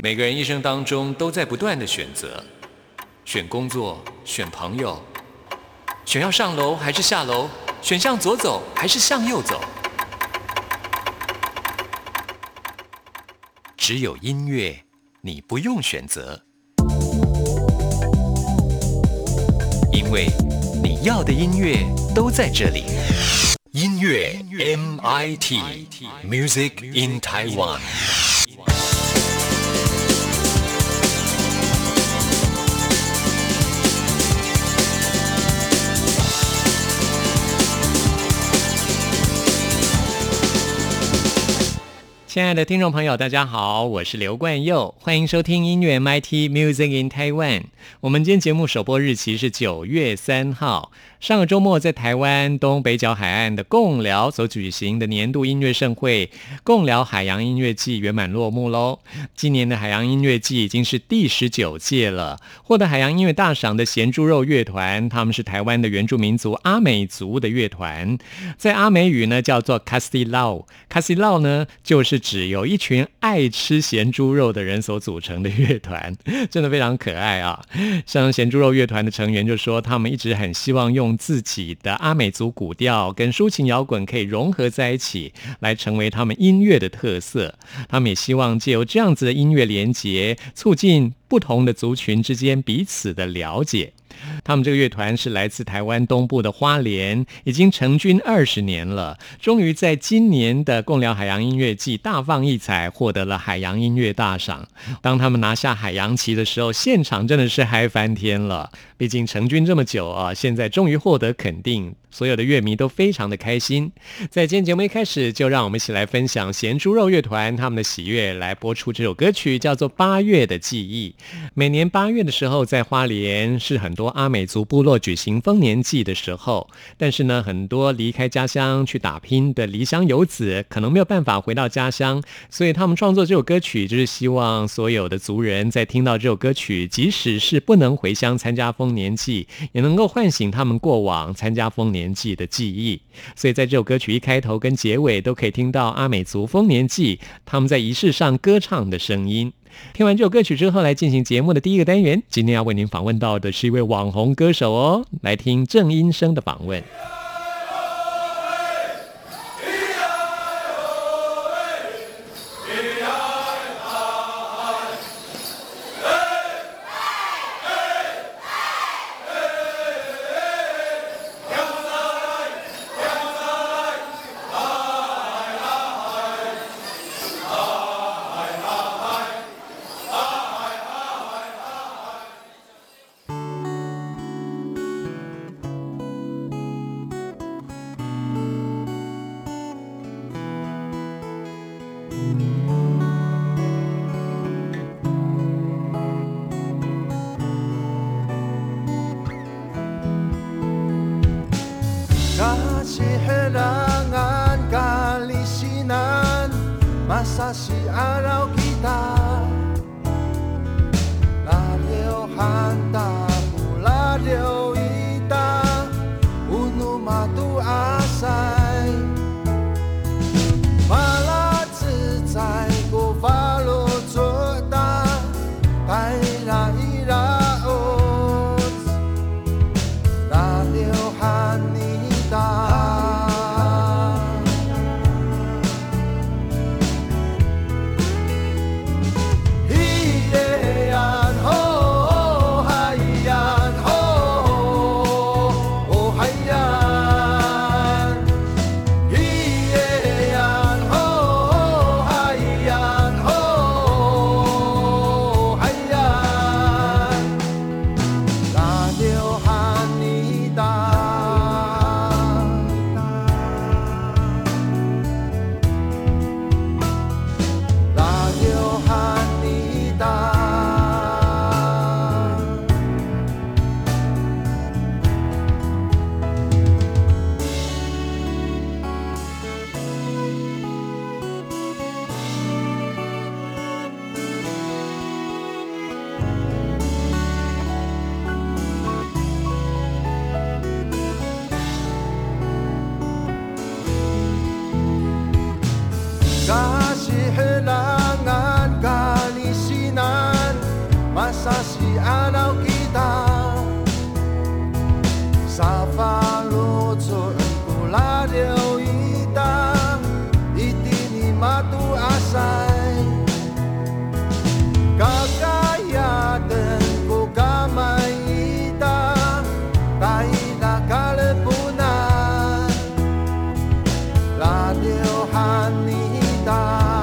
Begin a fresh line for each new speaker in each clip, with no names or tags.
每个人一生当中都在不断的选择，选工作，选朋友，选要上楼还是下楼，选向左走还是向右走。只有音乐，你不用选择，因为你要的音乐都在这里。音乐 MIT Music in Taiwan。亲爱的听众朋友，大家好，我是刘冠佑，欢迎收听音乐 MIT Music in Taiwan。我们今天节目首播日期是9月3号。上个周末在台湾东北角海岸的贡寮所举行的年度音乐盛会贡寮海洋音乐季圆满落幕咯。今年的海洋音乐季已经是第19届了。获得海洋音乐大赏的咸猪肉乐团，他们是台湾的原住民族阿美族的乐团，在阿美语呢叫做 Kasilau。Kasilau 呢就是指有一群爱吃咸猪肉的人所组成的乐团，真的非常可爱啊。像咸猪肉乐团的成员就说，他们一直很希望用自己的阿美族古调跟抒情摇滚可以融合在一起，来成为他们音乐的特色。他们也希望借由这样子的音乐连结，促进不同的族群之间彼此的了解。他们这个乐团是来自台湾东部的花莲，已经成军20年了，终于在今年的贡寮海洋音乐季大放异彩，获得了海洋音乐大赏。当他们拿下海洋旗的时候，现场真的是嗨翻天了。毕竟成军这么久啊，现在终于获得肯定，所有的乐迷都非常的开心。在今天节目一开始，就让我们一起来分享咸猪肉乐团他们的喜悦，来播出这首歌曲，叫做《8月的记忆》。每年8月的时候，在花莲是很多阿美族部落举行丰年祭的时候，但是呢，很多离开家乡去打拼的离乡游子可能没有办法回到家乡，所以他们创作这首歌曲，就是希望所有的族人在听到这首歌曲，即使是不能回乡参加丰年祭，也能够唤醒他们过往参加丰年祭的记忆。所以在这首歌曲一开头跟结尾都可以听到阿美族丰年祭他们在仪式上歌唱的声音。听完这首歌曲之后，来进行节目的第一个单元。今天要为您访问到的是一位网红歌手哦，来听郑音生的访问。
asa si anaw kita sa paluto ang kuladio ita itini matu asay kakayadan ko kamay ita kahit nakalipunan radyohan ita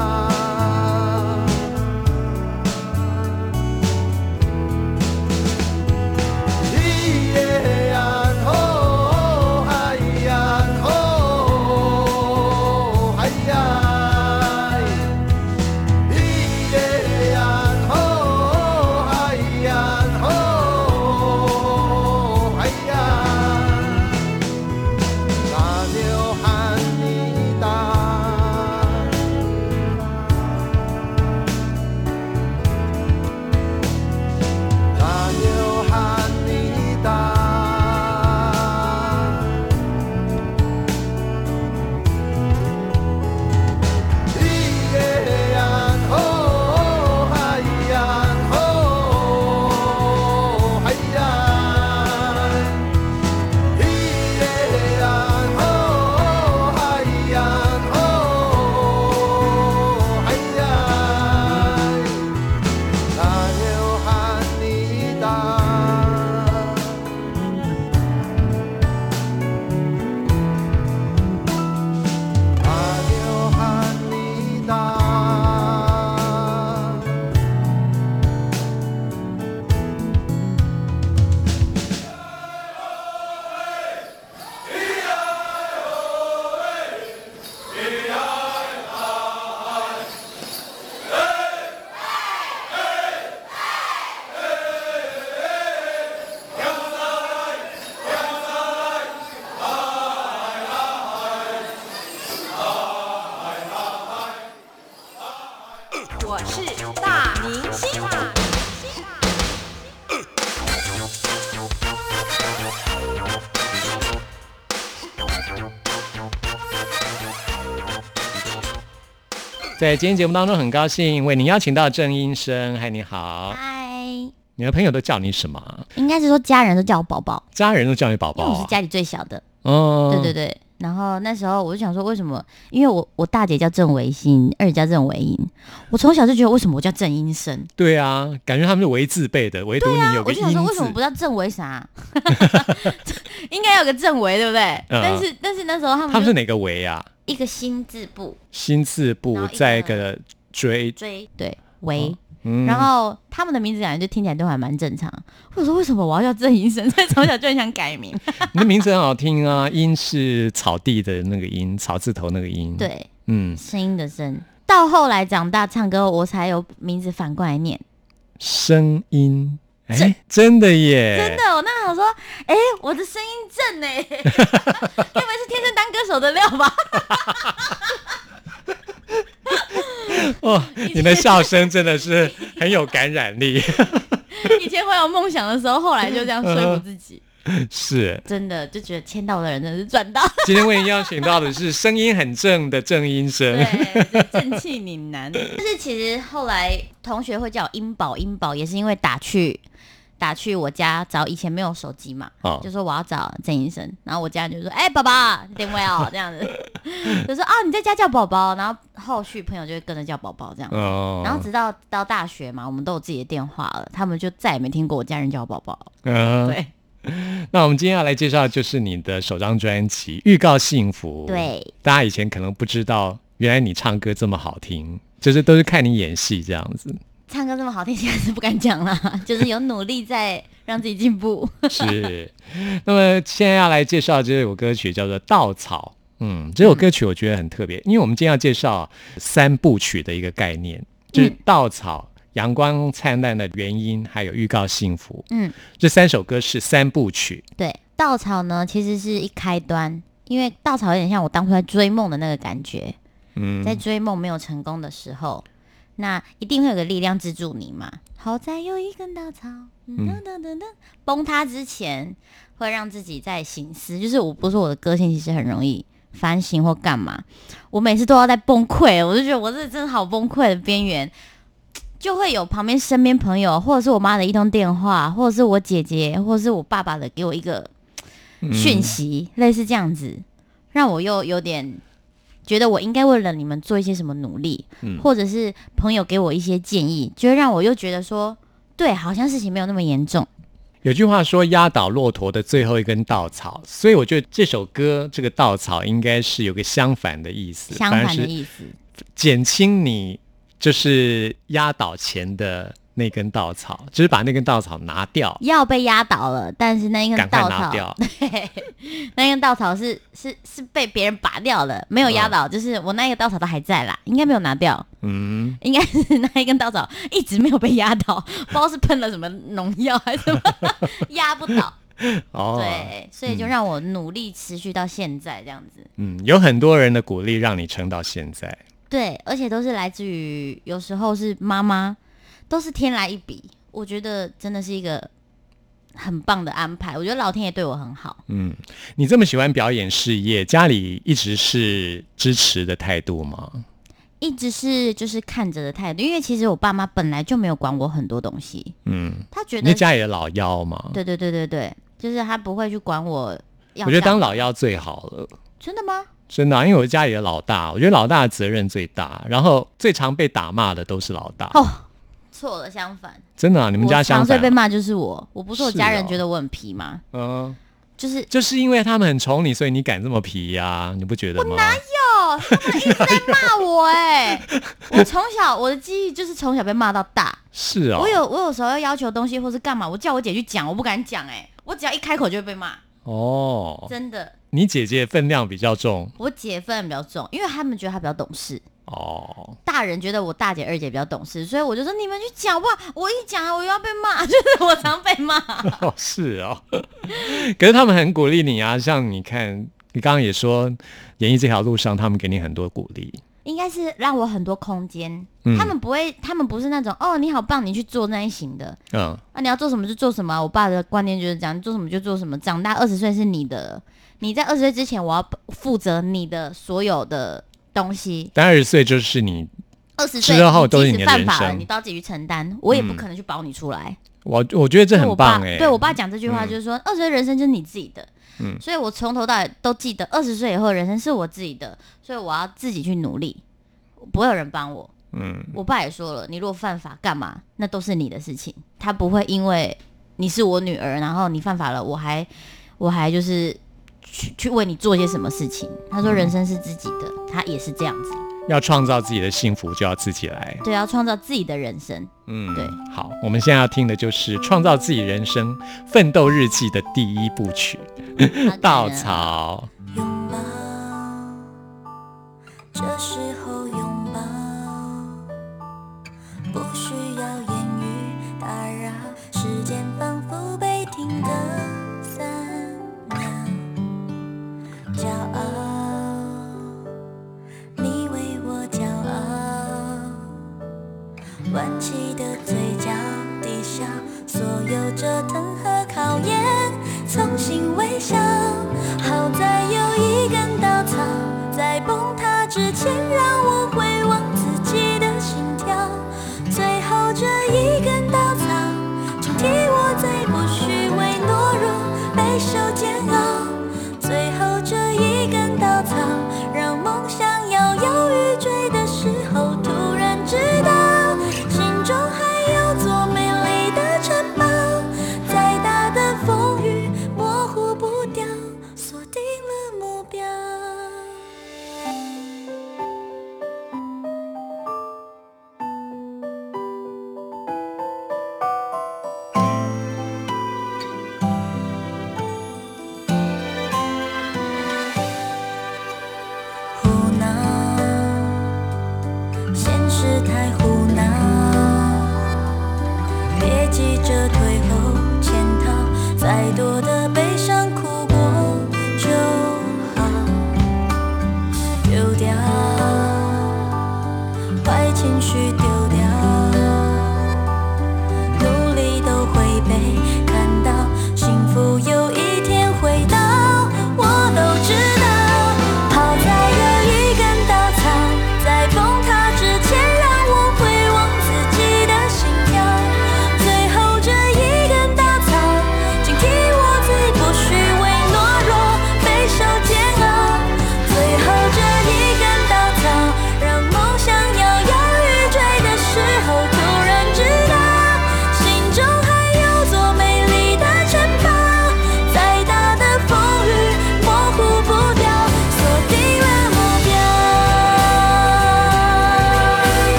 我是大明星。
在今天节目当中，很高兴为您邀请到郑英生。嗨，你好。
嗨，
你的朋友都叫你什么？
应该是说家人都叫我宝宝，
家人都叫你宝宝，
因为我是家里最小的。
哦，
对对对。然后那时候我就想说，为什么？因为我大姐叫郑维新，二姐叫郑维英，我从小就觉得为什么我叫郑英生？
对啊，感觉他们是唯字辈的，唯独你有个英字。
我就想说，为什么不叫郑维啥？应该有个郑维，对不对？但是那时候他们
是哪个维啊？
一个心字部，
心字部在一个追
对维。然后他们的名字感觉就听起来都还蛮正常。我说为什么我要叫郑英生？所以从小就很想改名。
你的名字很好听啊，音是草地的那个音，草字头那个音。
对，声音的声。到后来长大唱歌，我才有名字反过来念
声音。真的耶！
真的，我那时候说，我的声音正哎，该不会是天生当歌手的料吧？
哇，你的笑声真的是很有感染力。
以前会有梦想的时候，后来就这样说服自己。
是
真的就觉得签到的人真的是赚到。
今天为你邀请到的是声音很正的郑英生，
对，正气凛然。但是其实后来同学会叫我英宝，英宝也是因为打去我家找，以前没有手机嘛，就说我要找郑英生，然后我家就说宝宝电话哦这样子，就说你在家叫宝宝，然后后续朋友就会跟着叫宝宝这样，然后直到大学嘛，我们都有自己的电话了，他们就再也没听过我家人叫我宝宝。对。
那我们今天要来介绍的就是你的首张专辑《预告幸福》。
对，
大家以前可能不知道，原来你唱歌这么好听，就是都是看你演戏这样子。
唱歌这么好听，现在是不敢讲啦，就是有努力在让自己进步。
是。那么现在要来介绍这首歌曲叫做《稻草》。这首歌曲我觉得很特别，因为我们今天要介绍三部曲的一个概念，就是稻草、阳光灿烂的原因，还有预告幸福。这三首歌是三部曲。
对，稻草呢其实是一开端，因为稻草有点像我当初在追梦的那个感觉。在追梦没有成功的时候，那一定会有个力量资助你嘛。好在有一根稻草，崩塌之前会让自己在省思，就是我不是说我的个性其实很容易反省或干嘛，我每次都要在崩溃，我就觉得我这真的好崩溃的边缘。 就会有旁边身边朋友，或者是我妈的一通电话，或者是我姐姐，或者是我爸爸的给我一个讯息，类似这样子，让我又有点觉得我应该为了你们做一些什么努力，或者是朋友给我一些建议，就会让我又觉得说，对，好像事情没有那么严重。
有句话说压倒骆驼的最后一根稻草，所以我觉得这首歌这个稻草应该是有个相反的意思，
相反的意思，
减轻你就是压倒前的那根稻草，就是把那根稻草拿掉，
要被压倒了，但是那一根稻草，对，那根稻草是被别人拔掉了，没有压倒，就是我那个稻草都还在啦，应该没有拿掉，应该是那一根稻草一直没有被压倒，不知道是喷了什么农药还是什么，压不倒。对，所以就让我努力持续到现在这样子。
有很多人的鼓励让你撑到现在。
对，而且都是来自于有时候是妈妈。都是天来一笔，我觉得真的是一个很棒的安排。我觉得老天爷对我很好。
你这么喜欢表演事业，家里一直是支持的态度吗？
一直是就是看着的态度，因为其实我爸妈本来就没有管我很多东西。他觉得
你家里的老幺嘛。
对，就是他不会去管我要。
我觉得当老幺最好了。
真的吗？
真的因为我是家里的老大，我觉得老大的责任最大，然后最常被打骂的都是老大。
错了，相反，
真的你们家相反，
我常最被骂就是我不是我家人觉得我很皮吗？
就是因为他们很宠你，所以你敢这么皮呀？你不觉得吗？
我哪有，他们一直在骂我我从小我的记忆就是从小被骂到大。
是哦，
我有时候要求东西或是干嘛，我叫我姐去讲，我不敢讲我只要一开口就会被骂。真的。你
姐姐分量比较重，
我姐分量比较重，因为他们觉得她比较懂事。大人觉得我大姐二姐比较懂事，所以我就说你们去讲，不然我一讲我又要被骂，就是我常被骂。
是可是他们很鼓励你啊，像你看你刚刚也说演艺这条路上他们给你很多鼓励，
应该是让我很多空间。他们不是那种你好棒你去做那一型的，你要做什么就做什么。我爸的观念就是这样，你做什么就做什么，长大20岁是你的，你在20岁之前我要负责你的所有的东西，但
20岁就是你
20岁
之后都是你的人生，
犯法了你都要自己去承担，我也不可能去保你出来。
我觉得这很棒
对我爸讲这句话就是说，20岁人生就是你自己的，所以我从头到尾都记得20岁以后的人生是我自己的，所以我要自己去努力，不会有人帮我。我爸也说了，你如果犯法干嘛，那都是你的事情，他不会因为你是我女儿，然后你犯法了，我还就是去为你做些什么事情。他说人生是自己的，他也是这样子，
要创造自己的幸福就要自己来，
对，要创造自己的人生。对。
好，我们现在要听的就是创造自己人生奋斗日记的第一部曲稻草。
拥抱，这时候拥抱，不需要言语打扰，时间仿佛被停格3秒，骄傲，你为我骄傲，弯起的嘴角低笑，所有折腾和考验重新微笑，好在有一根稻草在崩塌之前让我回望自己的心跳，最后这一根稻草警惕我再不虚伪懦弱备受煎熬，最后这一根稻草让梦想摇摇欲坠的时候突然知道，心中还有座美丽的城堡，再大的风雨模糊不掉，锁定了目标。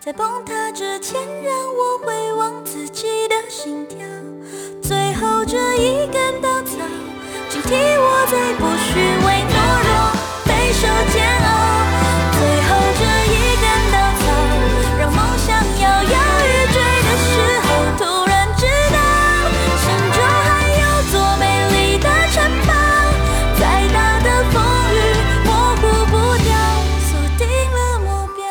在崩塌之前，让我回望自己的心跳。最后这一根稻草，警惕我再不虚伪懦弱，备受煎熬。最后这一根稻草，让梦想摇摇欲坠的时候，突然知道心中还有座美丽的城堡。再大的风雨模糊不掉，锁定了目标。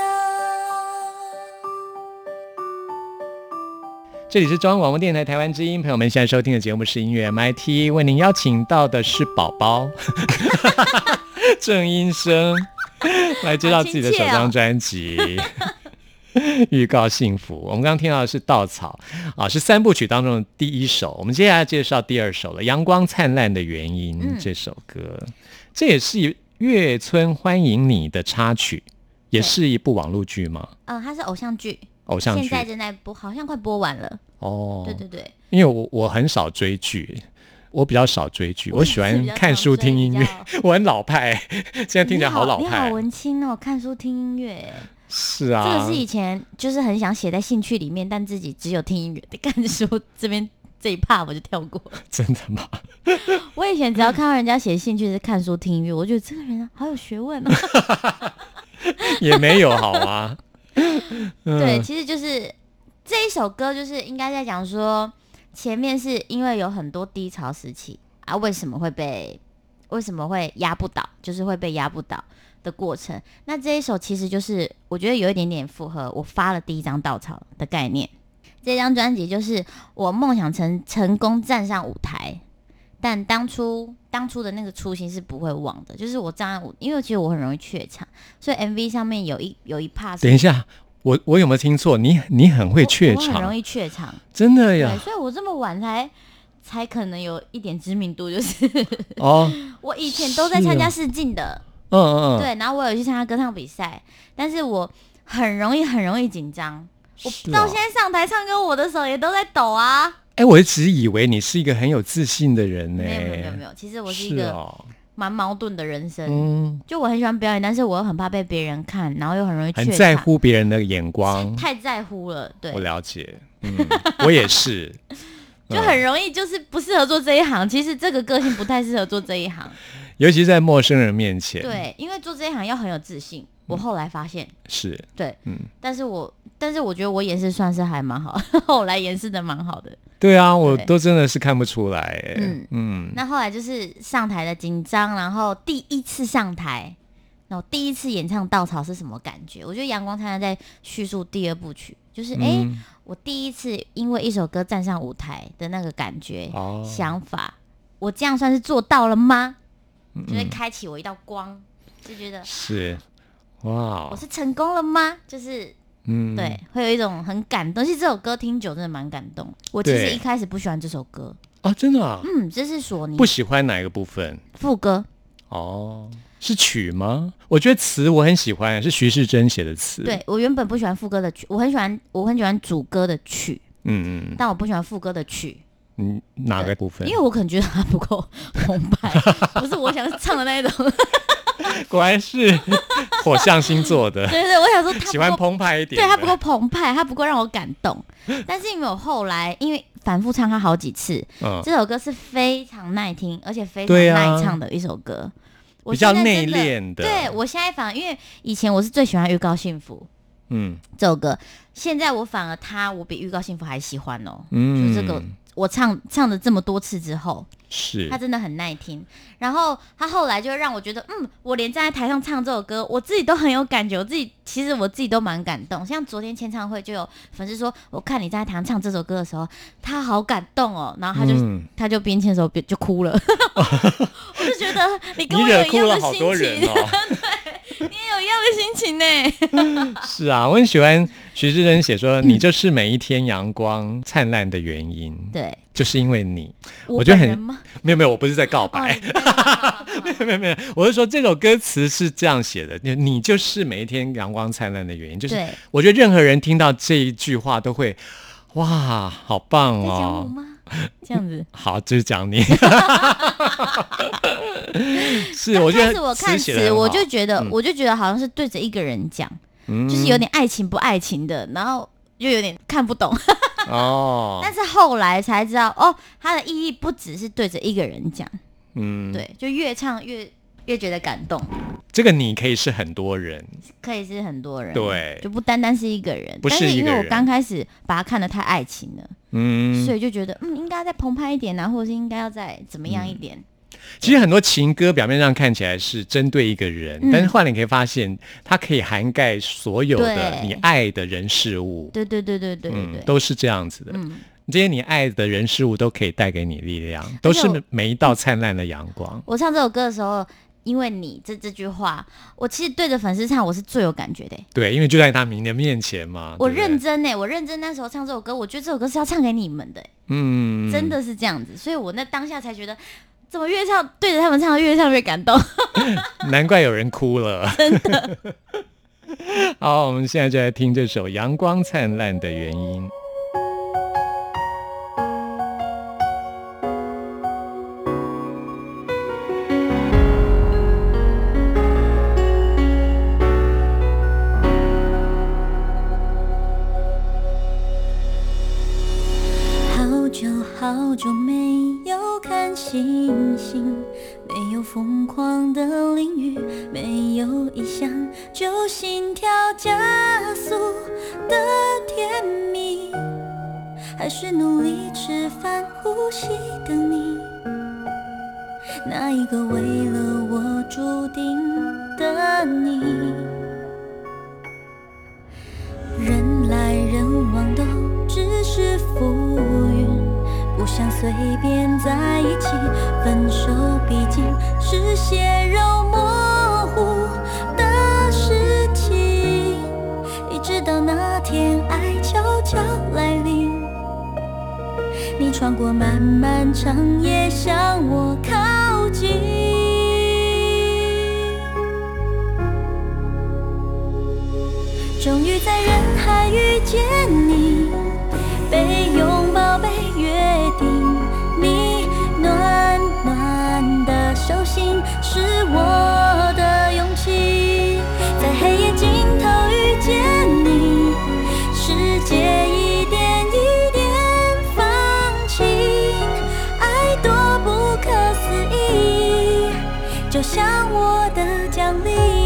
这里是中央广播电台台湾之音，朋友们现在收听的节目是音乐 MIT， 为您邀请到的是宝宝郑音生来介绍自己的首张专辑预告幸福。我们刚刚听到的是稻草啊，是3部曲当中的第1首。我们接下来介绍第2首了，阳光灿烂的原因。这首歌这也是月村欢迎你的插曲，也是一部网络剧吗？
它是偶像剧，
现
在正在播，好像快播完了。对对对，
因为我很少追剧，我比较少追剧，我喜欢看书听音乐。我很老派，现在听起来好老派。
你好文青哦，看书听音乐。
是啊，
这个是以前就是很想写在兴趣里面，但自己只有听音乐的看书，这一趴我就跳过。
真的吗？
我以前只要看到人家写兴趣是看书听音乐，我觉得这个人好有学问哦。
也没有好吗？
对，其实就是这一首歌，就是应该在讲说，前面是因为有很多低潮时期啊，为什么会压不倒，就是会被压不倒的过程。那这一首其实就是我觉得有一点点符合我发了第一张稻草的概念。这张专辑就是我梦想成功站上舞台，但当初的那个初心是不会忘的，就是我站在因为其实我很容易怯场，所以 MV 上面有一 part。
等一下，我有没有听错？你很会怯场？
我很容易怯场，真
的呀。
对，所以我这么晚才可能有一点知名度，就是我以前都在参加试镜的，对，然后我有去参加歌唱比赛，但是我很容易紧张，我到现在上台唱歌，我的手也都在抖啊。
我一直以为你是一个很有自信的人呢。
没有，其实我是一个蛮矛盾的人生。就我很喜欢表演，但是我又很怕被别人看，然后又很容易怯场，
很在乎别人的眼光，
太在乎了。对，
我了解。我也是。
就很容易就是不适合做这一行，其实这个个性不太适合做这一行，
尤其在陌生人面前。
对，因为做这一行要很有自信。我后来发现
是
对，但是我觉得我演示算是还蛮好，后来演示的蛮好的。
对啊，我都真的是看不出来。
那后来就是上台的紧张，然后第一次上台，然后第一次演唱稻草是什么感觉？我觉得阳光灿烂在叙述第2部曲，就是我第一次因为一首歌站上舞台的那个感觉、想法，我这样算是做到了吗？就会开启我一道光，就觉得
是哇，
我是成功了吗？就是对，会有一种很感动。其实这首歌听久真的蛮感动。我其实一开始不喜欢这首歌
啊，真的啊？
这是索尼。
不喜欢哪一个部分？
副歌。
是曲吗？我觉得词我很喜欢，是徐世珍写的词。
对，我原本不喜欢副歌的曲，我很喜欢主歌的曲，但我不喜欢副歌的曲。
哪个部分？
因为我可能觉得它不够澎湃，不是我想唱的那一种。
果然是火象星座的。
对，我想说他
喜欢澎湃一点。
对，他不够澎湃，他不够让我感动。但是因为我后来因为反复唱它好几次，这首歌是非常耐听，而且非常耐唱的一首歌。
比较内敛的。
对，我现在反而因为以前我是最喜欢预告幸福这首歌，现在我反而我比预告幸福还喜欢哦。就这个我唱了这么多次之后，是他真的很耐听。然后他后来就让我觉得我连站在台上唱这首歌我自己都很有感觉，其实我自己都蛮感动。像昨天签唱会就有粉丝说，我看你站在台上唱这首歌的时候他好感动哦，然后他就边签的时候就哭了。我就觉得你跟我有一样的心情。对，你也有一样的心情呢。
是啊，我很喜欢徐志珍写说，你就是每一天阳光灿烂的原因。对，就是因为你。我觉得很没有，我不是在告白。没有，我是说这首歌词是这样写的，你就是每一天阳光灿烂的原因。就是我觉得任何人听到这一句话都会，哇，好棒哦！
在讲我吗？这样子。
好，就是讲你。是，我觉得
开始我看词，我就觉得好像是对着一个人讲。 就是有点爱情不爱情的，然后又有点看不懂哦。但是后来才知道，哦，它的意义不只是对着一个人讲，对，就越唱越觉得感动。
这个你可以是很多人，
可以是很多人，
对，
就不单单是一个人。
不是一个人，
但是因为我刚开始把它看得太爱情了，所以就觉得应该再澎湃一点啊，或者是应该要再怎么样一点。
其实很多情歌表面上看起来是针对一个人，但是后来你可以发现，它可以涵盖所有的你爱的人事物。
对，
都是这样子的。这些你爱的人事物都可以带给你力量，都是每一道灿烂的阳光。
我唱这首歌的时候，因为你这句话，我其实对着粉丝唱，我是最有感觉的。
对，因为就在他们的面前嘛。
我认真我认真那时候唱这首歌，我觉得这首歌是要唱给你们的。真的是这样子，所以我那当下才觉得，怎么越唱对着他们唱，越唱越感动。
难怪有人哭了，
真的。
好，我们现在就来听这首《阳光灿烂的原因》。
好久没有看星星，没有疯狂的淋雨，没有一想就心跳加速的甜蜜，还是努力吃饭呼吸的你，那一个为了我注定的你，人来人往都只是浮云，不想随便在一起，分手毕竟是血肉模糊的事情，一直到那天爱悄悄来临，你穿过漫漫长夜向我靠近，终于在人海遇见你，被拥抱被约定，你暖暖的手心是我的勇气，在黑夜尽头遇见你，世界一点一点放晴，爱多不可思议，就像我的奖励。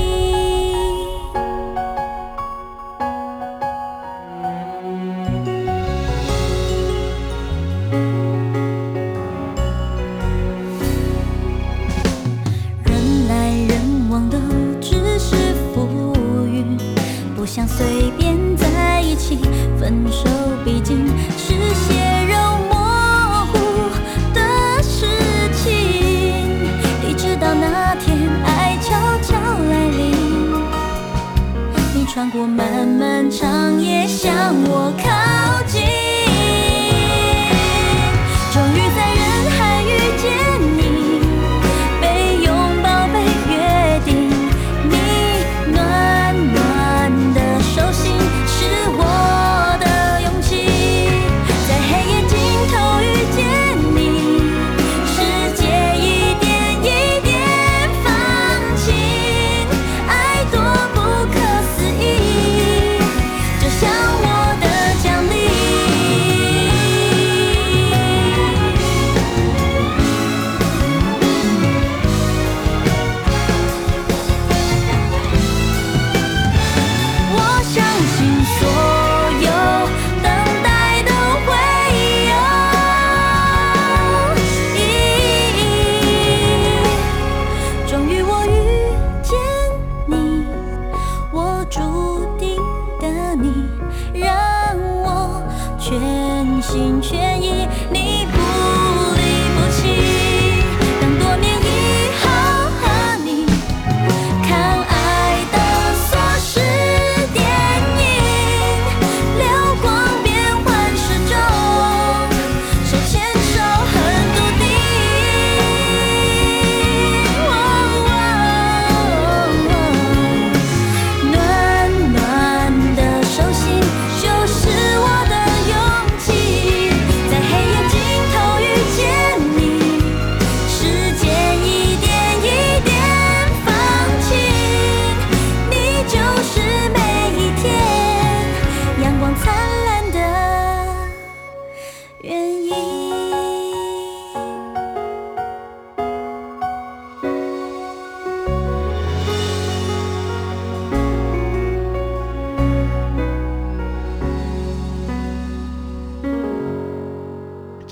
不想随便在一起，分手毕竟是血肉模糊的事情，一直到那天爱悄悄来临，你穿过漫漫长夜向我靠近，终于在人海遇见你，被拥抱被约定，你暖暖的手心是我的勇气，在黑夜尽头遇见你，世界一点一点放晴，爱多不可思议，就像我的奖励。我相信所有等待都会有意义，终于我遇见你，我注定的你，让我全心全意，你不离不弃，当多年以后和你看爱的琐事电影，流光变幻时钟，手牵手很笃定，暖暖的手心就是我的勇气，在黑夜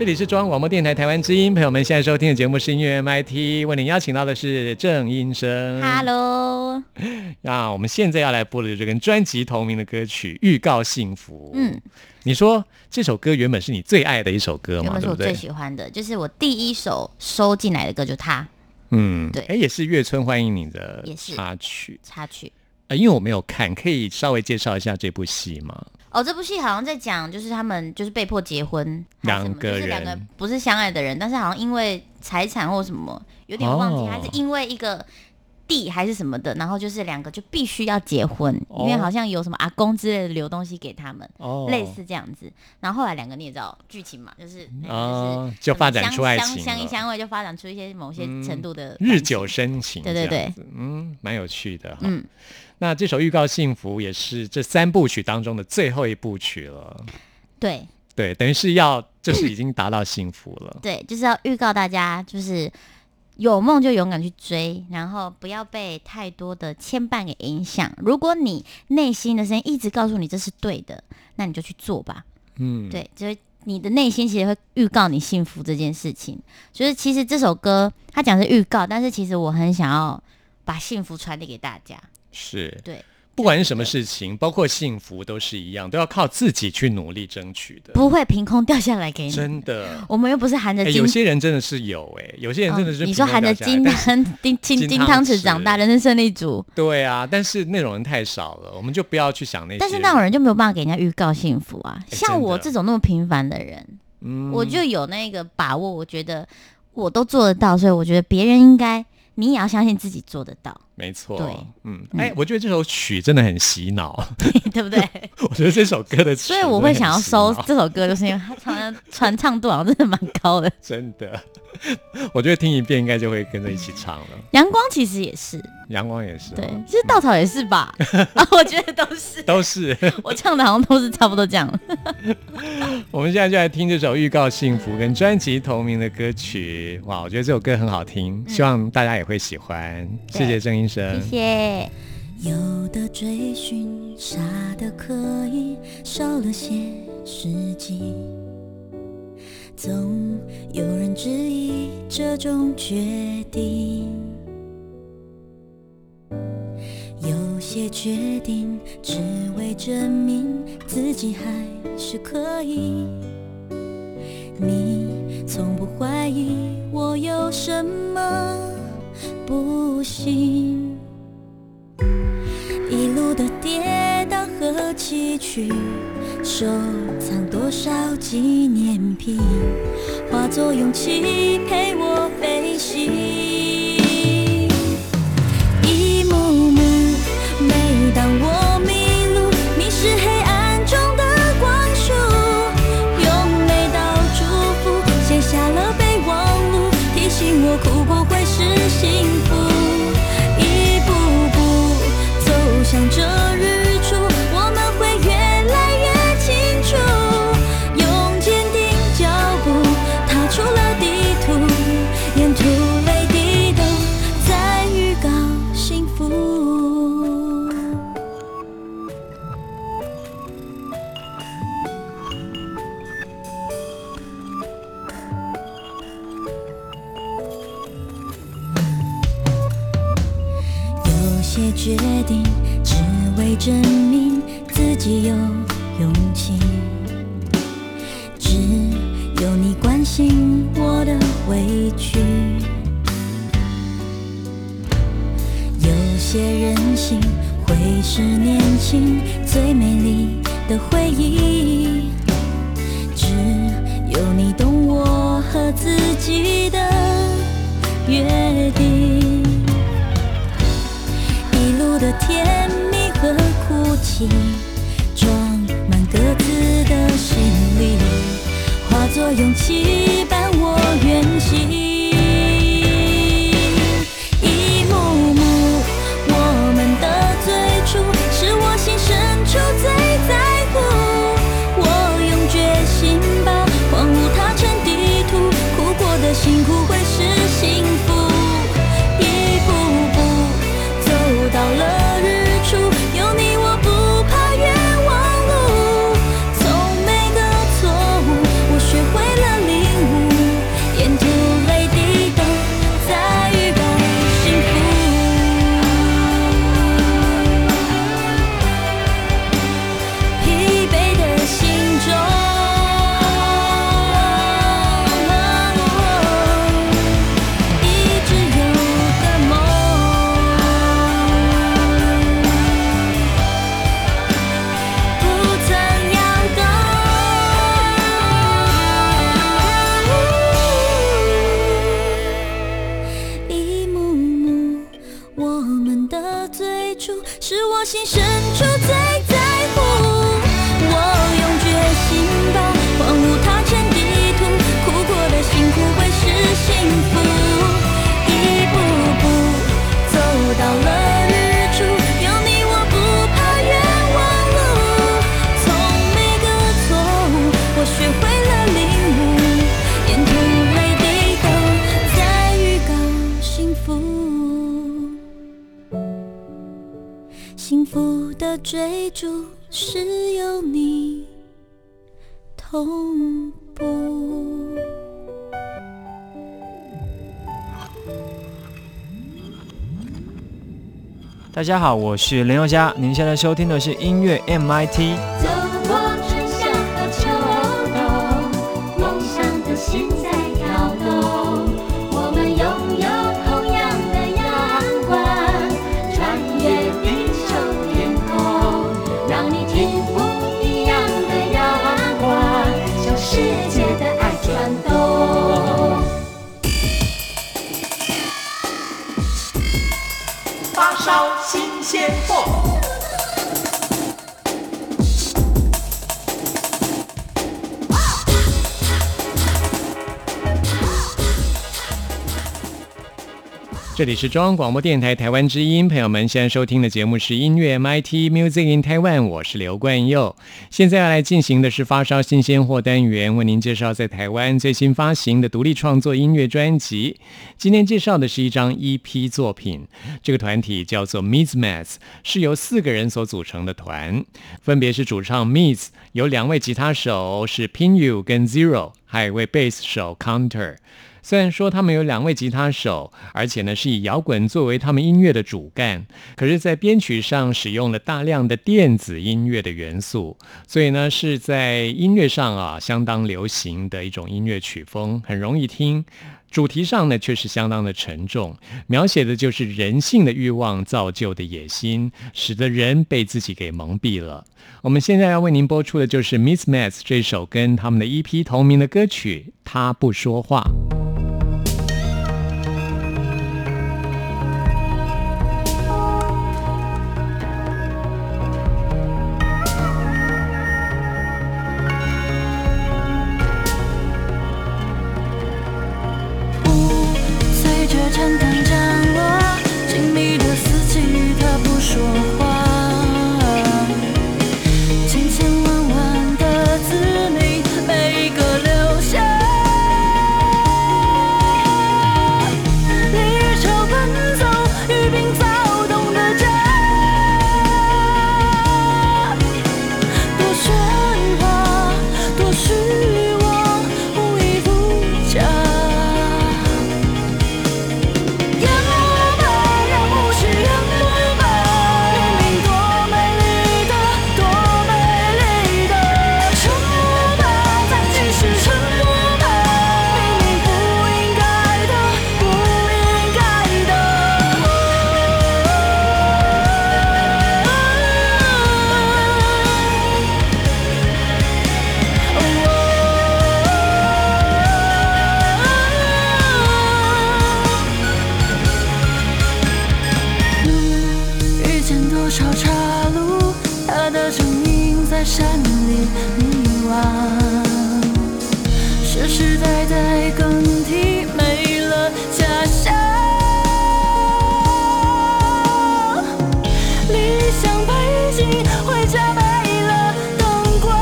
这里是中央广播电台台湾之音，朋友们现在收听的节目是音乐 MIT， 为您邀请到的是郑音生。
Hello，
那我们现在要来播的这跟专辑同名的歌曲《预告幸福》。你说这首歌原本是你最爱的一首歌吗？
原本是我最喜欢的，就是我第一首收进来的歌，就它。对，
也是月村欢迎你的插曲。因为我没有看，可以稍微介绍一下这部戏吗？
这部戏好像在讲，就是他们就是被迫结婚，
两个人，
就是两个不是相爱的人，但是好像因为财产或什么，有点忘记，还是因为一个地还是什么的，然后就是两个就必须要结婚，因为好像有什么阿公之类的留东西给他们，类似这样子。然后后来两个你也知道剧情嘛，就是
就发展出爱情了，
相依相偎，就发展出一些某些程度的
日久生情，
对，
蛮有趣的哈。那这首《预告幸福》也是这3部曲当中的最后一部曲了。对，等于是就是已经达到幸福了。
对，就是要预告大家，就是有梦就勇敢去追，然后不要被太多的牵绊给影响。如果你内心的声音一直告诉你这是对的，那你就去做吧。对，就是你的内心其实会预告你幸福这件事情。就是其实这首歌它讲是预告，但是其实我很想要把幸福传递给大家。
是，
对，
不管是什么事情，包括幸福都是一样，都要靠自己去努力争取的，
不会凭空掉下来给你。
真的，
我们又不是含着金，
有些人真的是有有些人真的是
你说含着金汤匙长大，人生胜利组。
对啊，但是那种人太少了，我们就不要去想那些人。
但是那种人就没有办法给人家预告幸福啊。像我这种那么平凡的人，我就有那个把握，我觉得我都做得到，所以我觉得别人应该。你也要相信自己做得到，
没错。
对，
我觉得这首曲真的很洗脑，
对不对？
我觉得这首歌的曲，
所以我会想要收这首歌，就是因为它传唱度好像真的蛮高的，
真的。我觉得听一遍应该就会跟着一起唱了。
阳光其实也是，
阳光也是，
对，其实稻草也是吧？我觉得都是。我唱的好像都是差不多这样。
我们现在就来听这首《预告幸福》跟专辑同名的歌曲。哇，我觉得这首歌很好听，希望大家也会喜欢。谢谢郑医生，
谢谢。
有的追寻，傻的可以，少了些实际。总有人质疑这种决定，有些决定只为证明自己还是可以。你从不怀疑我有什么不行，一路的跌宕和崎岖，收藏多少纪念品，化作勇气陪我飞行。一幕幕，每当我迷路，你是黑暗中的光束，用每道祝福写下了备忘录，提醒我哭过会是幸福。一步步走向这日出，我们会越来越清楚，用坚定脚步踏出了地图，沿途泪滴都在预告幸福。有些决定只为证明自己有勇气，只有你关心我的委屈。有些任性会是年轻最美丽的回忆，只有你懂我和自己的约定。一路的甜蜜和哭泣，装满各自的心里，化作勇气伴我远行。一幕幕我们的最初，是我心深处最在乎。我用决心把荒芜踏成地图，哭过的辛苦会是幸福。一步步走到了日出，有你我不怕冤枉路。从每个错误，我学会了领我心深处最在乎。我用决心把荒芜踏成地图，哭过的辛苦会是幸福。一步步走到了日出，有你我不怕冤枉路。从每个错误，我学会了领悟，沿途泪滴都在预告幸福。幸福的追逐是有你同步。
大家好，我是林宥嘉，您现在收听的是音乐 MIT。
走过春夏和秋冬，梦想的心在跳动，我们拥有同样的阳光，穿越地球天空，让你听不一样的阳光，向世界的爱转动。
发烧新鲜货。
这里是中央广播电台台湾之音，朋友们现在收听的节目是音乐 MIT Music in Taiwan， 我是刘冠佑。现在要来进行的是发烧新鲜货单元，为您介绍在台湾最新发行的独立创作音乐专辑。今天介绍的是一张 EP 作品，这个团体叫做 Mismatch， 是由4个人所组成的团，分别是主唱 Miss， 有2位吉他手是 Pinyu 跟 Zero， 还有一位贝斯手 Counter。虽然说他们有2位吉他手，而且呢是以摇滚作为他们音乐的主干，可是在编曲上使用了大量的电子音乐的元素，所以呢是在音乐上相当流行的一种音乐曲风，很容易听。主题上呢却是相当的沉重，描写的就是人性的欲望造就的野心，使得人被自己给蒙蔽了。我们现在要为您播出的就是 Mismatch 这首跟他们的 EP 同名的歌曲《他不说话》。
沉荡降落，静谧的四季，他不说话。千千万万的字谜，每一个留下。离愁奔走，雨冰躁动的家。多喧哗，多虚妄，无以复加。山里迷惘，世世代代更替，没了家乡。理想背景，回家没了灯光。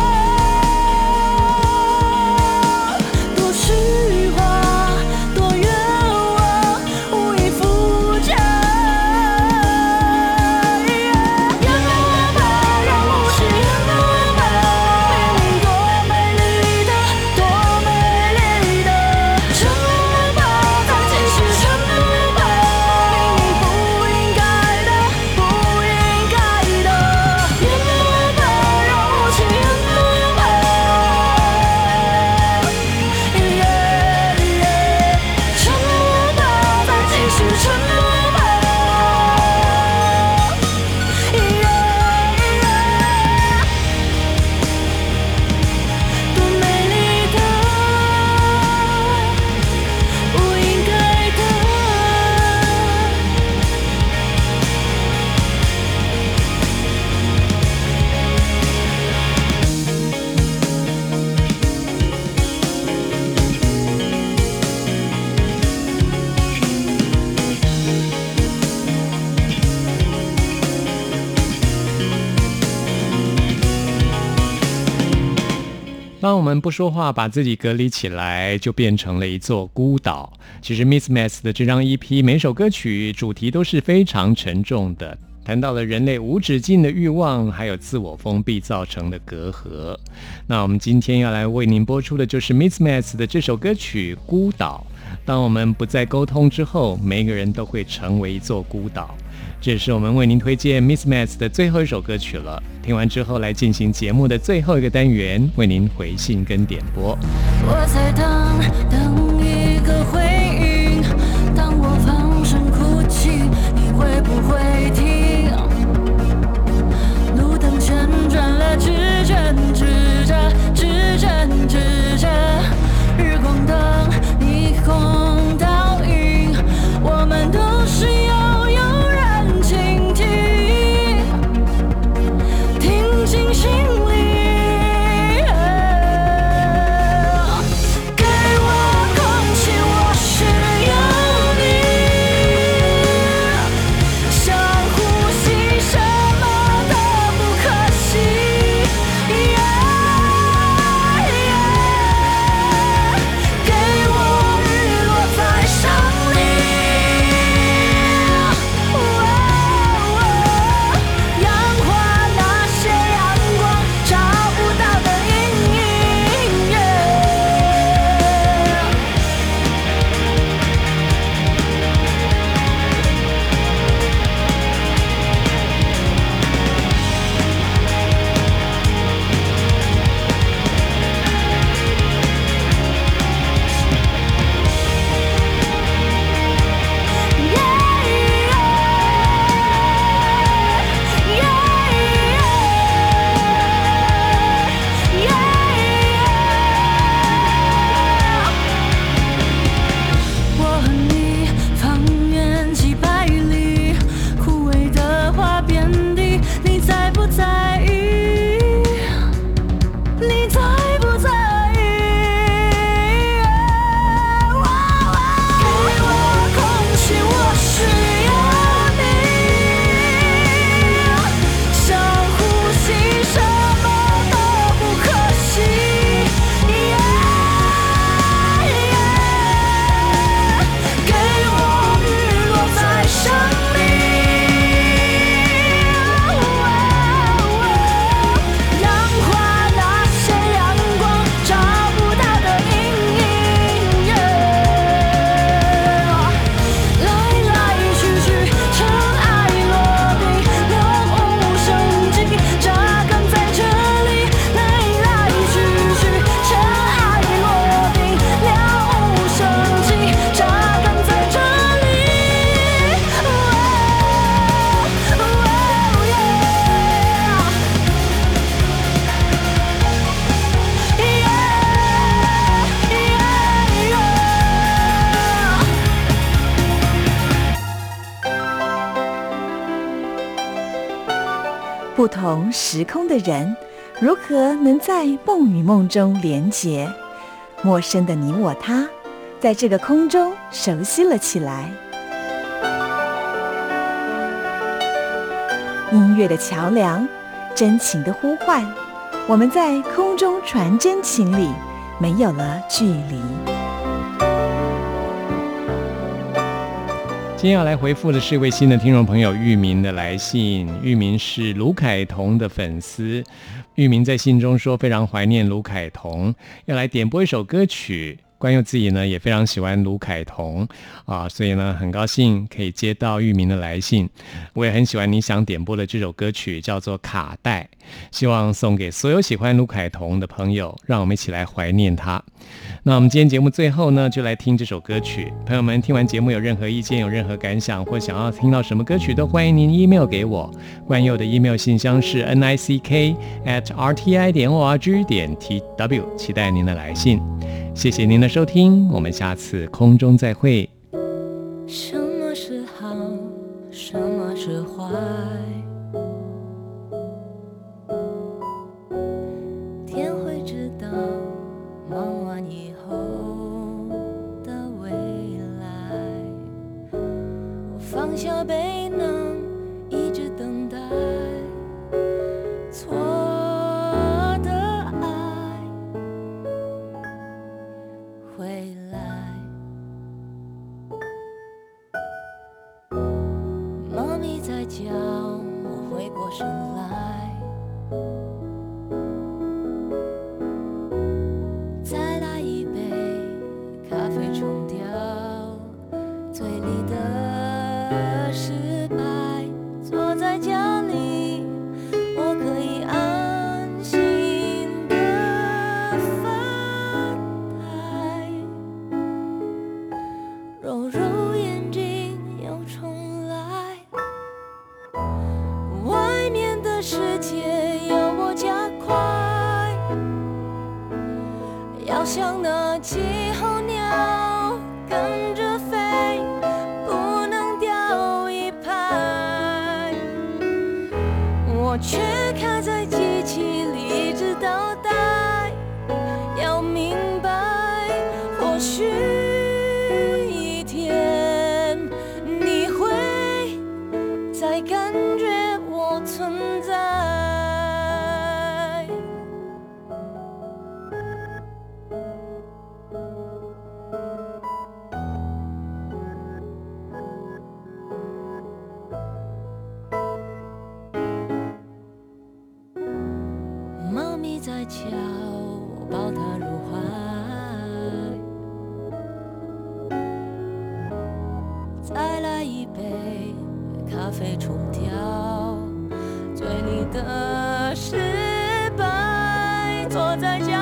多虚华，多愿望，无以复加。
当我们不说话，把自己隔离起来，就变成了一座孤岛。其实 Mismatch 的这张 EP 每首歌曲主题都是非常沉重的，谈到了人类无止境的欲望，还有自我封闭造成的隔阂。那我们今天要来为您播出的就是 Mismatch 的这首歌曲《孤岛》。当我们不再沟通之后，每个人都会成为一座孤岛。这也是我们为您推荐 Mismatch 的最后一首歌曲了。听完之后，来进行节目的最后一个单元，为您回信跟点播。
我在等一个回应，当我放声哭泣，你会不会听？路灯旋转了，指针指着，指针指着，日光灯，霓虹倒影，我们都是有人倾听，听进心里。给我空气，我需要你，想呼吸，什么都不可惜。给我日落在山里，氧化那些阳光照不到的阴影。我和你方圆几百里，枯萎的花遍地，你在不在意？你在不在意？给我空气，我需要你，想呼吸，什么都不可惜。给我日落在山里，氧化那些阳光照不到的阴影。来来去去，尘埃落定，了无生机，扎根在这里。来来去去，尘埃落定，了无生机，扎根在这里。
不同时空的人，如何能在梦与梦中连结？陌生的你我他，在这个空中熟悉了起来。音乐的桥梁，真情的呼唤，我们在空中传真情里，没有了距离。
今天要来回复的是一位新的听众朋友玉明的来信。玉明是卢凯彤的粉丝，玉明在信中说非常怀念卢凯彤，要来点播一首歌曲。关佑自己呢也非常喜欢卢凯彤所以呢很高兴可以接到玉明的来信。我也很喜欢你想点播的这首歌曲，叫做《卡带》，希望送给所有喜欢卢凯彤的朋友，让我们一起来怀念他。那我们今天节目最后呢，就来听这首歌曲。朋友们听完节目有任何意见、有任何感想，或想要听到什么歌曲，都欢迎您 email 给我。冠佑的 email 信箱是 nick@rti.org.tw， 期待您的来信。谢谢您的收听，我们下次空中再会。
什么是好，什么是坏？天会知道，忙完以后的未来。我放下背囊，一直等待错的爱。 的世界要我加快，要像那季候鸟跟着飞，不能掉一拍。我却卡在机器里，一直倒带。要明白，或许一天你会再感觉我存在。猫咪在叫，我抱它入怀，再来一杯咖啡冲掉嘴里的失败，坐在家